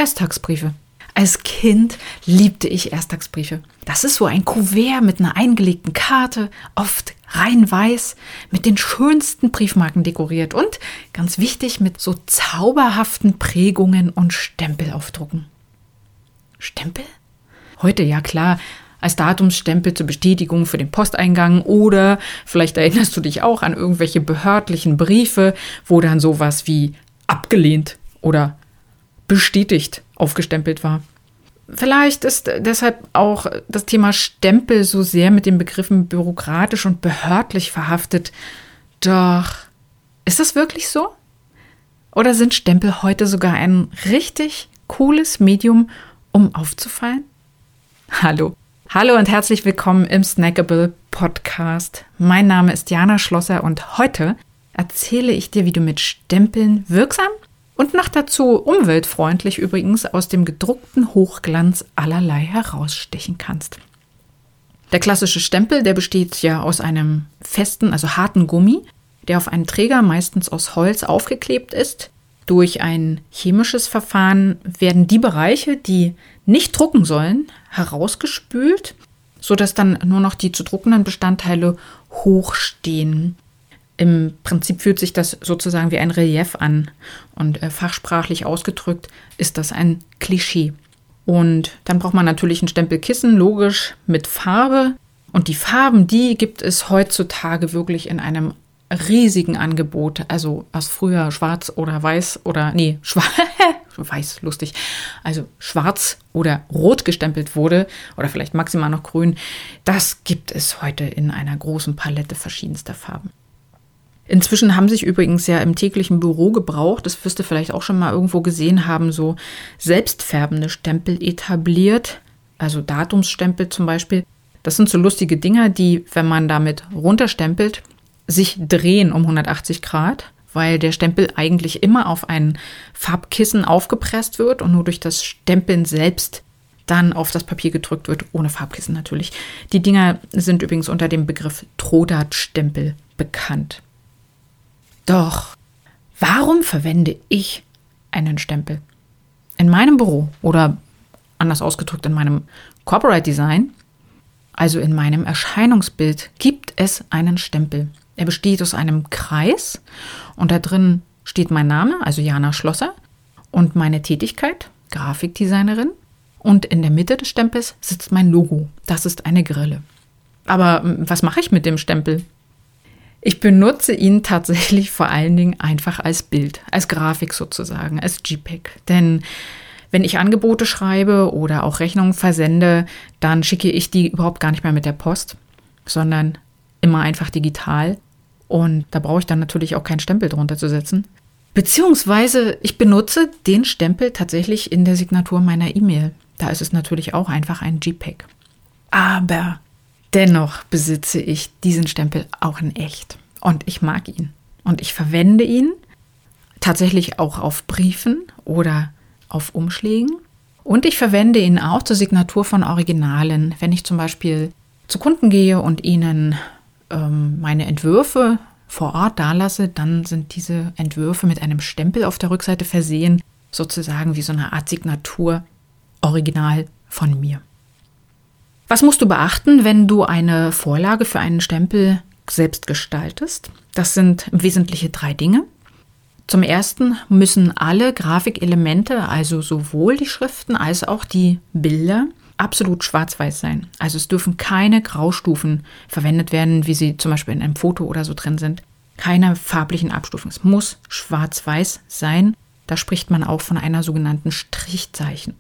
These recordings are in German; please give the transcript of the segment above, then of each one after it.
Ersttagsbriefe. Als Kind liebte ich Ersttagsbriefe. Das ist so ein Kuvert mit einer eingelegten Karte, oft rein weiß, mit den schönsten Briefmarken dekoriert und, ganz wichtig, mit so zauberhaften Prägungen und Stempelaufdrucken. Stempel? Heute, ja klar, als Datumsstempel zur Bestätigung für den Posteingang oder vielleicht erinnerst du dich auch an irgendwelche behördlichen Briefe, wo dann sowas wie abgelehnt oder bestätigt aufgestempelt war. Vielleicht ist deshalb auch das Thema Stempel so sehr mit den Begriffen bürokratisch und behördlich verhaftet. Doch ist das wirklich so? Oder sind Stempel heute sogar ein richtig cooles Medium, um aufzufallen? Hallo und herzlich willkommen im Snackable Podcast. Mein Name ist Jana Schlosser und heute erzähle ich dir, wie du mit Stempeln wirksam und noch dazu umweltfreundlich übrigens aus dem gedruckten Hochglanz allerlei herausstechen kannst. Der klassische Stempel, der besteht ja aus einem festen, also harten Gummi, der auf einen Träger meistens aus Holz aufgeklebt ist. Durch ein chemisches Verfahren werden die Bereiche, die nicht drucken sollen, herausgespült, sodass dann nur noch die zu druckenden Bestandteile hochstehen. Im Prinzip fühlt sich das sozusagen wie ein Relief an und fachsprachlich ausgedrückt ist das ein Klischee. Und dann braucht man natürlich ein Stempelkissen, logisch, mit Farbe. Und die Farben, die gibt es heutzutage wirklich in einem riesigen Angebot. Also was früher schwarz oder weiß oder, weiß, lustig. Also schwarz oder rot gestempelt wurde oder vielleicht maximal noch grün. Das gibt es heute in einer großen Palette verschiedenster Farben. Inzwischen haben sich übrigens ja im täglichen Bürogebrauch, das wirst du vielleicht auch schon mal irgendwo gesehen haben, so selbstfärbende Stempel etabliert, also Datumsstempel zum Beispiel. Das sind so lustige Dinger, die, wenn man damit runterstempelt, sich drehen um 180 Grad, weil der Stempel eigentlich immer auf ein Farbkissen aufgepresst wird und nur durch das Stempeln selbst dann auf das Papier gedrückt wird, ohne Farbkissen natürlich. Die Dinger sind übrigens unter dem Begriff Trodat-Stempel bekannt. Doch, warum verwende ich einen Stempel? In meinem Büro oder anders ausgedrückt in meinem Corporate Design, also in meinem Erscheinungsbild, gibt es einen Stempel. Er besteht aus einem Kreis und da drin steht mein Name, also Jana Schlosser, und meine Tätigkeit, Grafikdesignerin. Und in der Mitte des Stempels sitzt mein Logo. Das ist eine Grille. Aber was mache ich mit dem Stempel? Ich benutze ihn tatsächlich vor allen Dingen einfach als Bild, als Grafik sozusagen, als JPEG. Denn wenn ich Angebote schreibe oder auch Rechnungen versende, dann schicke ich die überhaupt gar nicht mehr mit der Post, sondern immer einfach digital. Und da brauche ich dann natürlich auch keinen Stempel drunter zu setzen. Beziehungsweise ich benutze den Stempel tatsächlich in der Signatur meiner E-Mail. Da ist es natürlich auch einfach ein JPEG. Aber dennoch besitze ich diesen Stempel auch in echt. Und ich mag ihn. Und ich verwende ihn tatsächlich auch auf Briefen oder auf Umschlägen. Und ich verwende ihn auch zur Signatur von Originalen. Wenn ich zum Beispiel zu Kunden gehe und ihnen meine Entwürfe vor Ort dalasse, dann sind diese Entwürfe mit einem Stempel auf der Rückseite versehen, sozusagen wie so eine Art Signatur original von mir. Was musst du beachten, wenn du eine Vorlage für einen Stempel selbst gestaltest? Das sind im Wesentlichen 3 Dinge. Zum ersten müssen alle Grafikelemente, also sowohl die Schriften als auch die Bilder, absolut schwarz-weiß sein. Also es dürfen keine Graustufen verwendet werden, wie sie zum Beispiel in einem Foto oder so drin sind. Keine farblichen Abstufungen. Es muss schwarz-weiß sein. Da spricht man auch von einer sogenannten Strichzeichnung.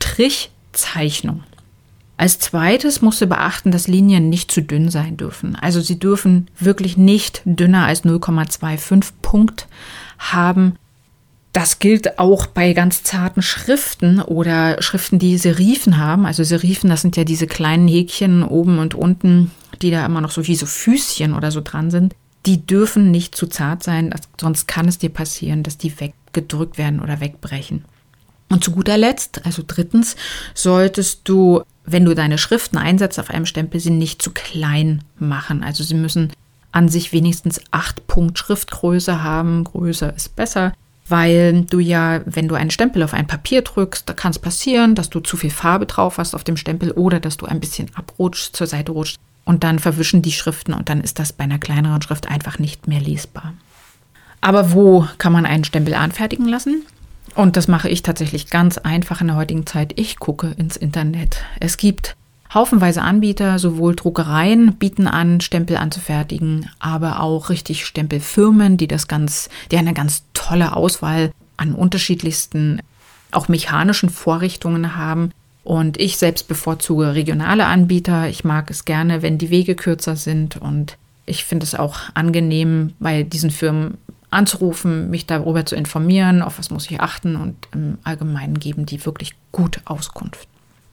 Als zweites musst du beachten, dass Linien nicht zu dünn sein dürfen. Also sie dürfen wirklich nicht dünner als 0,25 Punkt haben. Das gilt auch bei ganz zarten Schriften oder Schriften, die Serifen haben. Also Serifen, das sind ja diese kleinen Häkchen oben und unten, die da immer noch so wie so Füßchen oder so dran sind. Die dürfen nicht zu zart sein, sonst kann es dir passieren, dass die weggedrückt werden oder wegbrechen. Und zu guter Letzt, also drittens, solltest du, wenn du deine Schriften einsetzt auf einem Stempel, sie nicht zu klein machen. Also sie müssen an sich wenigstens 8 Punkt Schriftgröße haben. Größer ist besser. weil du ja, wenn du einen Stempel auf ein Papier drückst, da kann es passieren, dass du zu viel Farbe drauf hast auf dem Stempel oder dass du ein bisschen abrutschst, zur Seite rutscht und dann verwischen die Schriften und dann ist das bei einer kleineren Schrift einfach nicht mehr lesbar. Aber wo kann man einen Stempel anfertigen lassen? Und das mache ich tatsächlich ganz einfach in der heutigen Zeit. Ich gucke ins Internet. Es gibt haufenweise Anbieter, sowohl Druckereien bieten an, Stempel anzufertigen, aber auch richtig Stempelfirmen, die eine ganz tolle Auswahl an unterschiedlichsten, auch mechanischen Vorrichtungen haben. Und ich selbst bevorzuge regionale Anbieter. Ich mag es gerne, wenn die Wege kürzer sind. Und ich finde es auch angenehm, bei diesen Firmen anzurufen, mich darüber zu informieren, auf was muss ich achten. Und im Allgemeinen geben die wirklich gute Auskunft.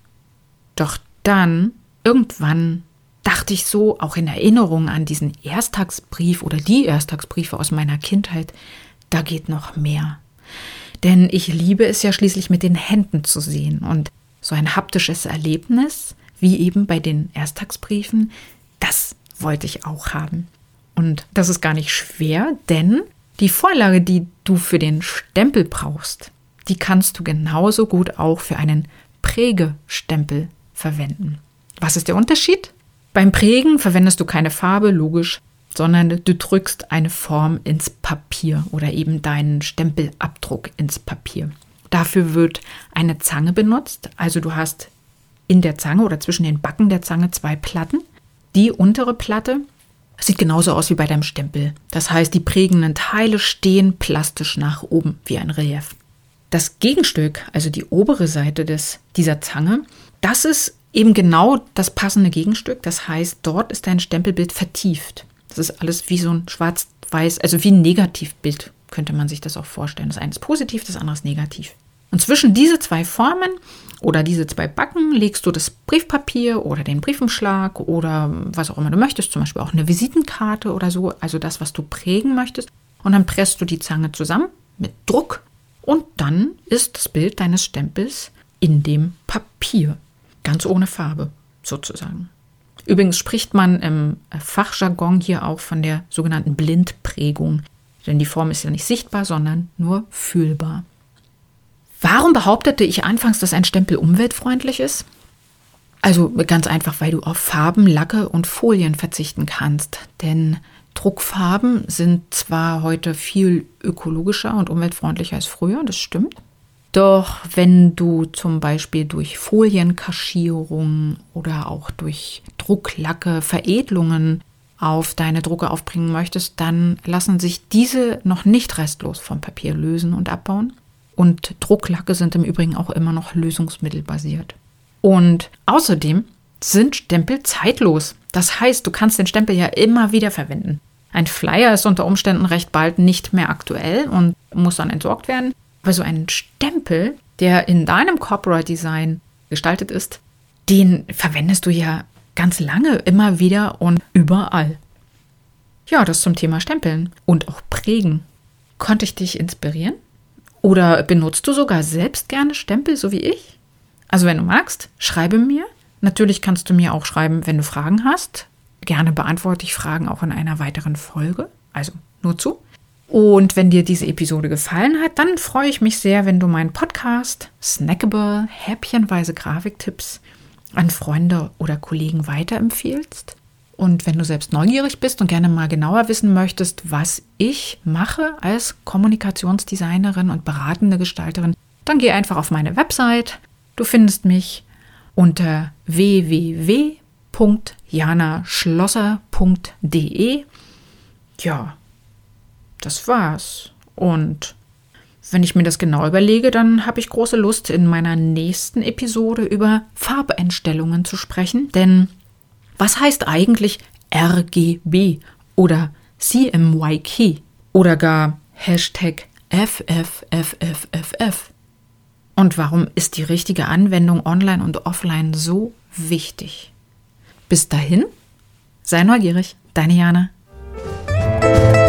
Doch dann, irgendwann, dachte ich so, auch in Erinnerung an diesen Ersttagsbrief oder die Ersttagsbriefe aus meiner Kindheit, da geht noch mehr. Denn ich liebe es ja schließlich mit den Händen zu sehen und so ein haptisches Erlebnis, wie eben bei den Ersttagsbriefen, das wollte ich auch haben. Und das ist gar nicht schwer, denn die Vorlage, die du für den Stempel brauchst, die kannst du genauso gut auch für einen Prägestempel verwenden. Was ist der Unterschied? Beim Prägen verwendest du keine Farbe, logisch, sondern du drückst eine Form ins Papier oder eben deinen Stempelabdruck ins Papier. Dafür wird eine Zange benutzt, also du hast in der Zange oder zwischen den Backen der Zange 2 Platten. Die untere Platte sieht genauso aus wie bei deinem Stempel. Das heißt, die prägenden Teile stehen plastisch nach oben wie ein Relief. Das Gegenstück, also die obere Seite dieser Zange, das ist eben genau das passende Gegenstück. Das heißt, dort ist dein Stempelbild vertieft. Das ist alles wie so ein schwarz-weiß, also wie ein Negativbild, könnte man sich das auch vorstellen. Das eine ist positiv, das andere ist negativ. Und zwischen diese 2 Formen oder diese 2 Backen legst du das Briefpapier oder den Briefumschlag oder was auch immer du möchtest, zum Beispiel auch eine Visitenkarte oder so, also das, was du prägen möchtest. Und dann presst du die Zange zusammen mit Druck und dann ist das Bild deines Stempels in dem Papier. Ganz ohne Farbe, sozusagen. Übrigens spricht man im Fachjargon hier auch von der sogenannten Blindprägung. Denn die Form ist ja nicht sichtbar, sondern nur fühlbar. Warum behauptete ich anfangs, dass ein Stempel umweltfreundlich ist? Also ganz einfach, weil du auf Farben, Lacke und Folien verzichten kannst. Denn Druckfarben sind zwar heute viel ökologischer und umweltfreundlicher als früher, das stimmt. Doch wenn du zum Beispiel durch Folienkaschierung oder auch durch Drucklacke Veredelungen auf deine Drucke aufbringen möchtest, dann lassen sich diese noch nicht restlos vom Papier lösen und abbauen. Und Drucklacke sind im Übrigen auch immer noch lösungsmittelbasiert. Und außerdem sind Stempel zeitlos. Das heißt, du kannst den Stempel ja immer wieder verwenden. Ein Flyer ist unter Umständen recht bald nicht mehr aktuell und muss dann entsorgt werden. Aber so einen Stempel, der in deinem Corporate Design gestaltet ist, den verwendest du ja ganz lange, immer wieder und überall. Ja, das zum Thema Stempeln und auch Prägen. Konnte ich dich inspirieren? Oder benutzt du sogar selbst gerne Stempel, so wie ich? Also wenn du magst, schreibe mir. Natürlich kannst du mir auch schreiben, wenn du Fragen hast. Gerne beantworte ich Fragen auch in einer weiteren Folge. Also nur zu. Und wenn dir diese Episode gefallen hat, dann freue ich mich sehr, wenn du meinen Podcast Snackable, häppchenweise Grafiktipps an Freunde oder Kollegen weiterempfiehlst. Und wenn du selbst neugierig bist und gerne mal genauer wissen möchtest, was ich mache als Kommunikationsdesignerin und beratende Gestalterin, dann geh einfach auf meine Website. Du findest mich unter www.janaschlosser.de. Ja, das war's. Und wenn ich mir das genau überlege, dann habe ich große Lust, in meiner nächsten Episode über Farbeinstellungen zu sprechen. Denn was heißt eigentlich RGB oder CMYK oder gar #FFFFFF? Und warum ist die richtige Anwendung online und offline so wichtig? Bis dahin, sei neugierig, deine Jana.